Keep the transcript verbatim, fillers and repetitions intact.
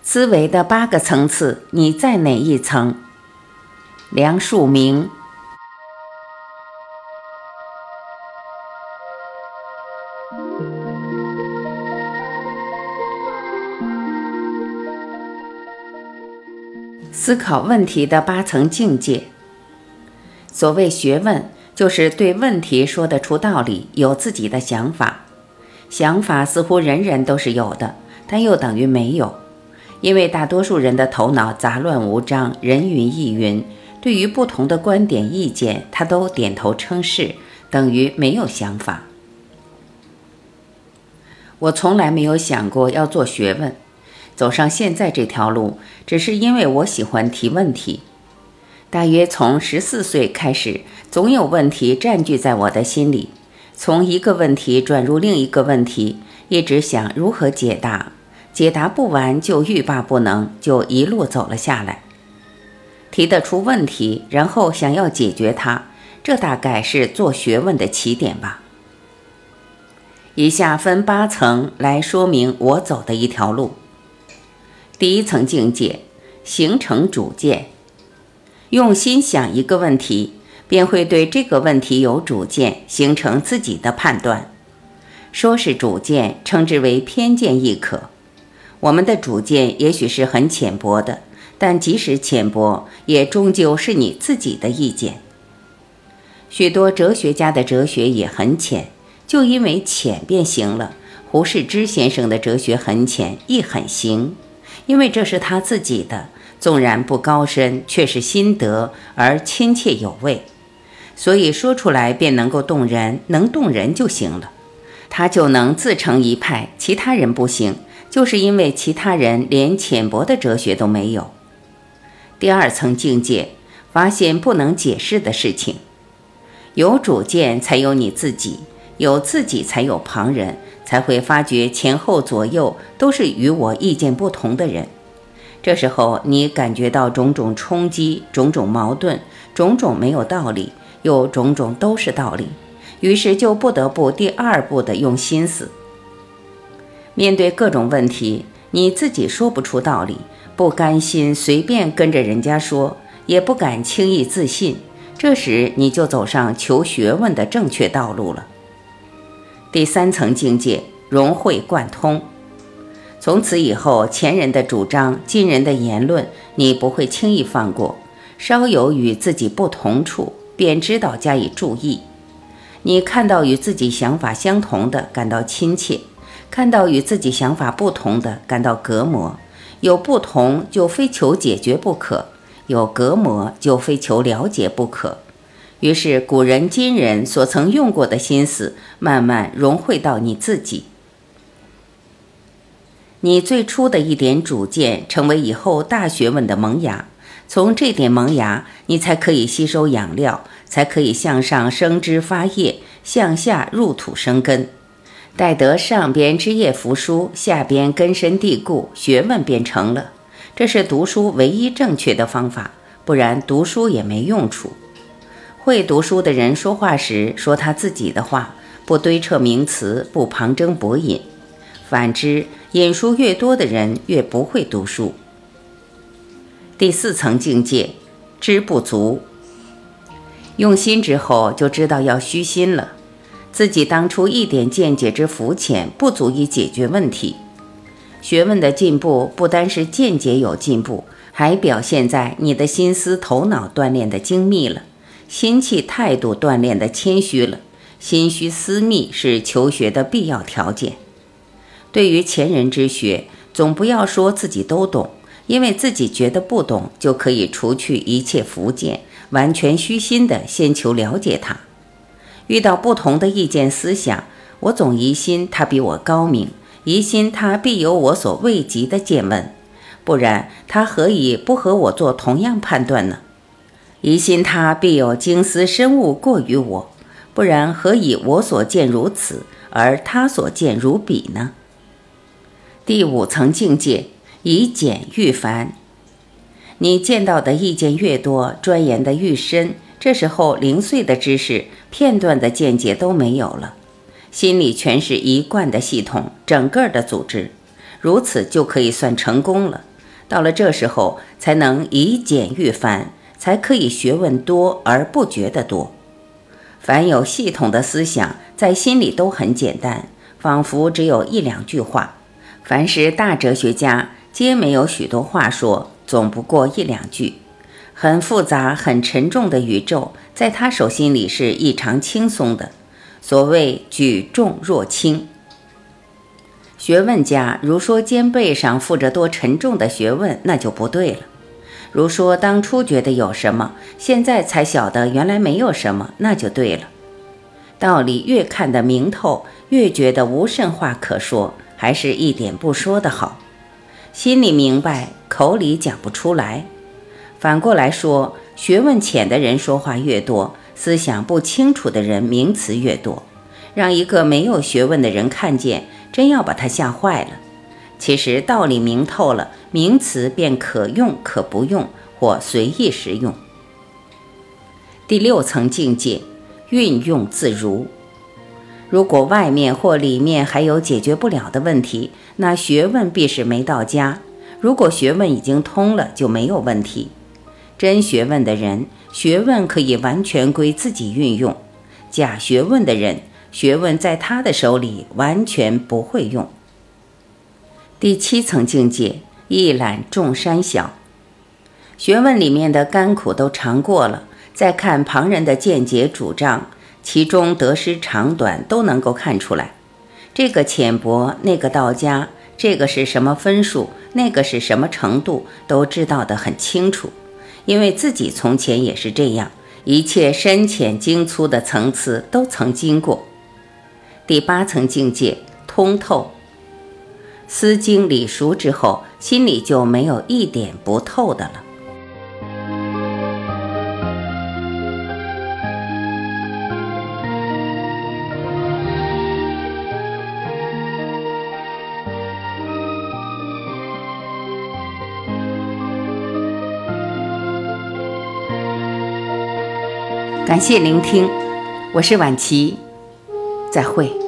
思维的八个层次，你在哪一层？梁漱溟。思考问题的八层境界。所谓学问，就是对问题说得出道理，有自己的想法。想法似乎人人都是有的，但又等于没有。因为大多数人的头脑杂乱无章，人云亦云，对于不同的观点意见，他都点头称是，等于没有想法。我从来没有想过要做学问，走上现在这条路，只是因为我喜欢提问题。大约从十四岁开始，总有问题占据在我的心里，从一个问题转入另一个问题，一直想如何解答，解答不完就欲罢不能，就一路走了下来。提得出问题，然后想要解决它，这大概是做学问的起点吧。以下分八层来说明我走的一条路。第一层境界，形成主见。用心想一个问题，便会对这个问题有主见，形成自己的判断。说是主见，称之为偏见亦可。我们的主见也许是很浅薄的，但即使浅薄，也终究是你自己的意见。许多哲学家的哲学也很浅，就因为浅便行了。胡适之先生的哲学很浅，亦很行，因为这是他自己的，纵然不高深，却是心得而亲切有味，所以说出来便能够动人，能动人就行了。他就能自成一派，其他人不行，就是因为其他人连浅薄的哲学都没有。第二层境界，发现不能解释的事情。有主见才有你自己，有自己才有旁人，才会发觉前后左右都是与我意见不同的人。这时候你感觉到种种冲击，种种矛盾，种种没有道理，又种种都是道理，于是就不得不第二步的用心思。面对各种问题，你自己说不出道理，不甘心随便跟着人家说，也不敢轻易自信，这时你就走上求学问的正确道路了。第三层境界，融会贯通。从此以后，前人的主张，今人的言论，你不会轻易放过，稍有与自己不同处，便知道加以注意。你看到与自己想法相同的，感到亲切；看到与自己想法不同的，感到隔膜。有不同就非求解决不可，有隔膜就非求了解不可。于是古人今人所曾用过的心思，慢慢融汇到你自己。你最初的一点主见，成为以后大学问的萌芽。从这点萌芽，你才可以吸收养料，才可以向上生枝发叶，向下入土生根。待得上边枝叶扶疏，下边根深蒂固，学问便成了。这是读书唯一正确的方法，不然读书也没用处。会读书的人说话时，说他自己的话，不堆砌名词，不旁征博引。反之，引书越多的人越不会读书。第四层境界，知不足。用心之后，就知道要虚心了。自己当初一点见解之肤浅，不足以解决问题。学问的进步，不单是见解有进步，还表现在你的心思头脑锻炼的精密了，心气态度锻炼的谦虚了。心虚思密是求学的必要条件。对于前人之学，总不要说自己都懂，因为自己觉得不懂，就可以除去一切浮见，完全虚心的先求了解它。遇到不同的意见思想，我总疑心他比我高明，疑心他必有我所未及的见闻，不然他何以不和我做同样判断呢？疑心他必有经思深悟过于我，不然何以我所见如此，而他所见如彼呢？第五层境界，以简驭繁。你见到的意见越多，钻研的愈深，这时候零碎的知识，片段的见解都没有了，心里全是一贯的系统，整个的组织，如此就可以算成功了。 到了这时候，才能以简驭繁，才可以学问多而不觉得多。凡有系统的思想，在心里都很简单，仿佛只有一两句话。凡是大哲学家，皆没有许多话说，总不过一两句。很复杂、很沉重的宇宙，在他手心里是异常轻松的。所谓举重若轻。学问家如说肩背上负着多沉重的学问，那就不对了。如说当初觉得有什么，现在才晓得原来没有什么，那就对了。道理越看得明透，越觉得无甚话可说，还是一点不说的好。心里明白，口里讲不出来。反过来说，学问浅的人说话越多，思想不清楚的人名词越多，让一个没有学问的人看见，真要把他吓坏了。其实道理明透了，名词便可用可不用，或随意使用。第六层境界，运用自如。如果外面或里面还有解决不了的问题，那学问必是没到家。如果学问已经通了，就没有问题。真学问的人，学问可以完全归自己运用；假学问的人，学问在他的手里完全不会用。第七层境界，一览众山小。学问里面的甘苦都尝过了，再看旁人的见解主张，其中得失长短都能够看出来。这个浅薄，那个到家，这个是什么分数，那个是什么程度，都知道得很清楚。因为自己从前也是这样，一切深浅精粗的层次都曾经过。第八层境界，通透。思经理熟之后，心里就没有一点不透的了。感谢聆听，我是婉琪，再会。